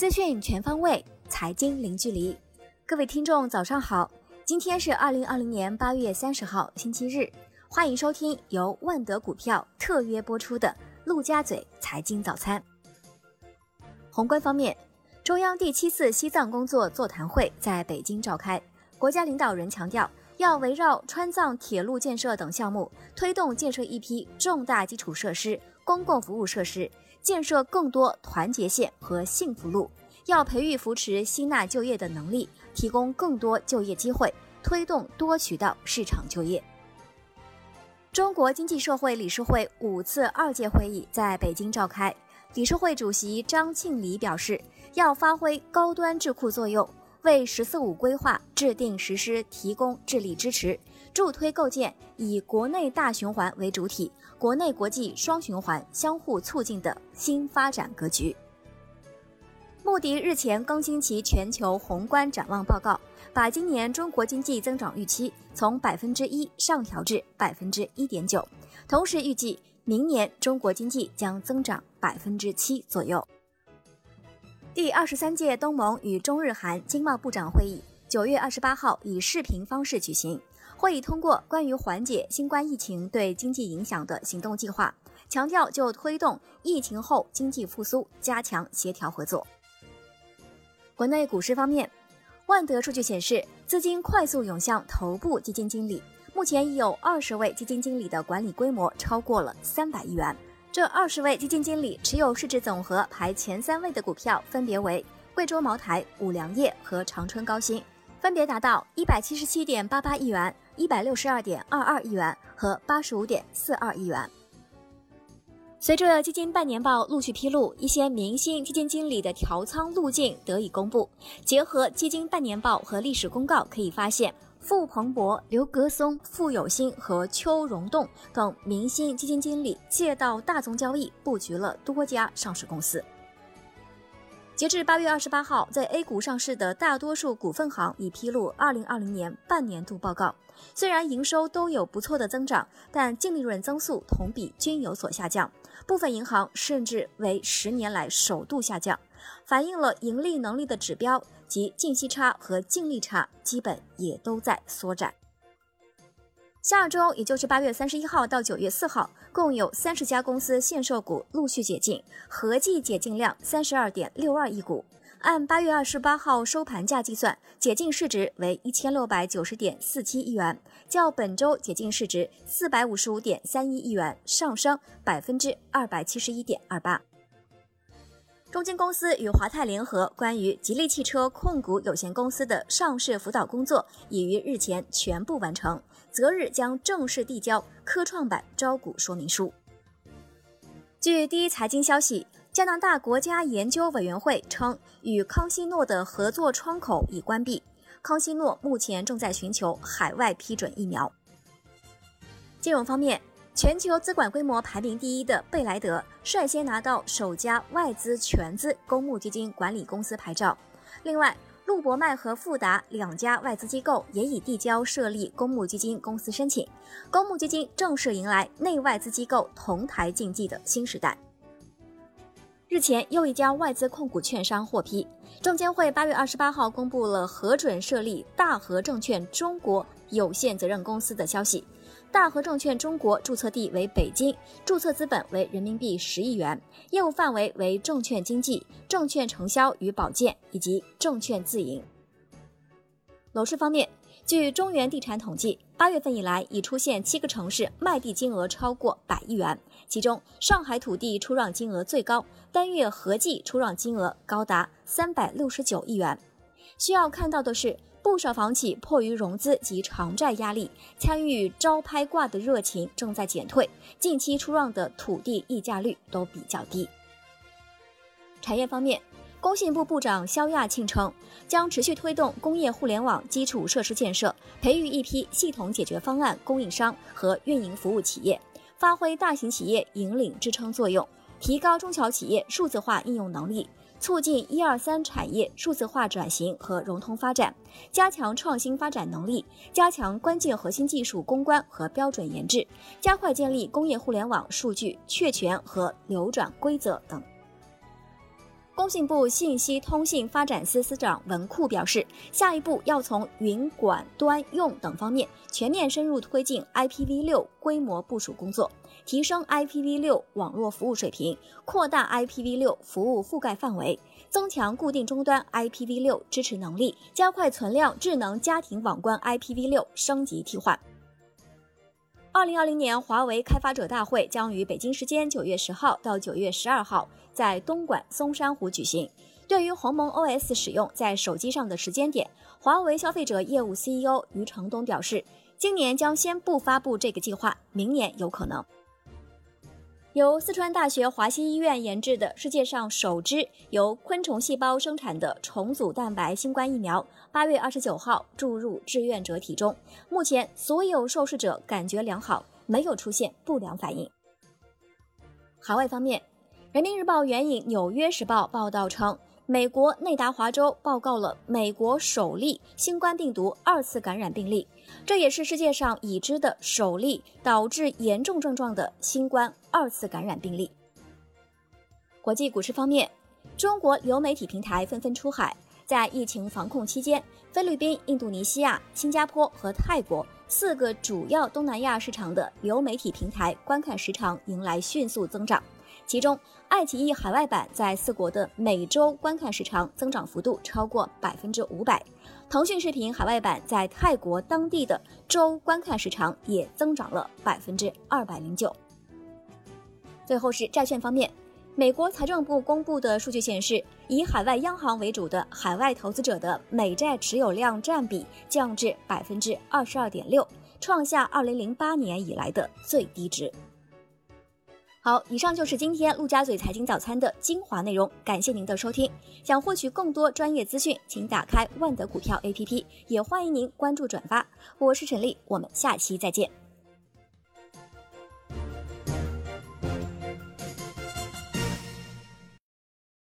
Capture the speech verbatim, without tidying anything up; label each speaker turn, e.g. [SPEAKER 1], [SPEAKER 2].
[SPEAKER 1] 资讯全方位，财经零距离。各位听众早上好，今天是二零二零年八月三十号星期日，欢迎收听由万德股票特约播出的陆家嘴财经早餐。宏观方面，中央第七次西藏工作座谈会在北京召开，国家领导人强调，要围绕川藏铁路建设等项目，推动建设一批重大基础设施、公共服务设施，建设更多团结线和幸福路，要培育扶持吸纳就业的能力，提供更多就业机会，推动多渠道市场就业。中国经济社会理事会五次二届会议在北京召开，理事会主席张庆黎表示，要发挥高端智库作用，为“十四五”规划制定实施提供智力支持，助推构建以国内大循环为主体、国内国际双循环相互促进的新发展格局。穆迪日前更新其全球宏观展望报告，把今年中国经济增长预期从百分之一上调至百分之一点九，同时预计明年中国经济将增长百分之七左右。第二十三届东盟与中日韩经贸部长会议九月二十八号以视频方式举行，会议通过关于缓解新冠疫情对经济影响的行动计划，强调就推动疫情后经济复苏加强协调合作。国内股市方面，万德数据显示，资金快速涌向头部基金经理，目前已有二十位基金经理的管理规模超过了三百亿元。这二十位基金经理持有市值总和排前三位的股票分别为贵州茅台、五粮液和长春高新，分别达到一百七十七点八八亿元、一百六十二点二二亿元和八十五点四二亿元。随着基金半年报陆续披露，一些明星基金经理的调仓路径得以公布。结合基金半年报和历史公告可以发现，傅鹏博、刘格松、傅有兴和邱荣栋等明星基金经理借道大宗交易布局了多家上市公司。截至八月二十八号，在 A 股上市的大多数股份行已披露二零二零年半年度报告，虽然营收都有不错的增长，但净利润增速同比均有所下降，部分银行甚至为十年来首度下降，反映了盈利能力的指标及净息差和净利差基本也都在缩窄。下周也就是八月三十一号到九月四号，共有三十家公司限售股陆续解禁，合计解禁量 三十二点六二亿股。按八月二十八号收盘价计算，解禁市值为一千六百九十点四七亿元，较本周解禁市值四百五十五点三一亿元上升 百分之二百七十一点二八。中金公司与华泰联合关于吉利汽车控股有限公司的上市辅导工作已于日前全部完成，择日将正式递交科创板招股说明书。据第一财经消息，加拿大国家研究委员会称，与康希诺的合作窗口已关闭，康希诺目前正在寻求海外批准疫苗。金融方面，全球资管规模排名第一的贝莱德率先拿到首家外资全资公募基金管理公司牌照。另外，陆博迈和富达两家外资机构也已递交设立公募基金公司申请，公募基金正式迎来内外资机构同台竞技的新时代。日前，又一家外资控股券商获批，证监会八月二十八号公布了核准设立大和证券中国有限责任公司的消息。大和证券中国注册地为北京，注册资本为人民币十亿元，业务范围为证券经纪、证券承销与保荐以及证券自营。楼市方面，据中原地产统计，八月份以来已出现七个城市卖地金额超过百亿元，其中上海土地出让金额最高，单月合计出让金额高达三百六十九亿元。需要看到的是，不少房企迫于融资及偿债压力，参与招拍挂的热情正在减退，近期出让的土地溢价率都比较低。产业方面，工信部部长肖亚庆称，将持续推动工业互联网基础设施建设，培育一批系统解决方案供应商和运营服务企业，发挥大型企业引领支撑作用，提高中小企业数字化应用能力，促进一二三产业数字化转型和融通发展，加强创新发展能力，加强关键核心技术攻关和标准研制，加快建立工业互联网数据确权和流转规则等。 工信部信息通信发展司司长文库表示，下一步要从云、管、端、用等方面全面深入推进 I P v 六 规模部署工作，提升 I P v 六 网络服务水平，扩大 I P v 六 服务覆盖范围，增强固定终端 I P v 六 支持能力，加快存量智能家庭网关 I P v 六 升级替换。二零二零年华为开发者大会将于北京时间九月十号到九月十二号在东莞松山湖举行。对于鸿蒙 O S 使用在手机上的时间点，华为消费者业务 C E O 余承东表示，今年将先不发布这个计划，明年有可能。由四川大学华西医院研制的世界上首支由昆虫细胞生产的重组蛋白新冠疫苗，八月二十九号注入志愿者体中。目前所有受试者感觉良好，没有出现不良反应。海外方面，人民日报援引纽约时报报道称，美国内达华州报告了美国首例新冠病毒二次感染病例，这也是世界上已知的首例导致严重症状的新冠二次感染病例。国际股市方面，中国流媒体平台纷纷出海。在疫情防控期间，菲律宾、印度尼西亚、新加坡和泰国四个主要东南亚市场的流媒体平台观看时长迎来迅速增长。其中，爱奇艺海外版在四国的每周观看时长增长幅度超过百分之五百，腾讯视频海外版在泰国当地的周观看时长也增长了百分之二百零九。最后是债券方面，美国财政部公布的数据显示，以海外央行为主的海外投资者的美债持有量占比降至百分之二十二点六，创下二零零八年以来的最低值。好，以上就是今天陆家嘴财经早餐的精华内容，感谢您的收听。想获取更多专业资讯，请打开万德股票 A P P， 也欢迎您关注转发。我是陈丽，我们下期再见。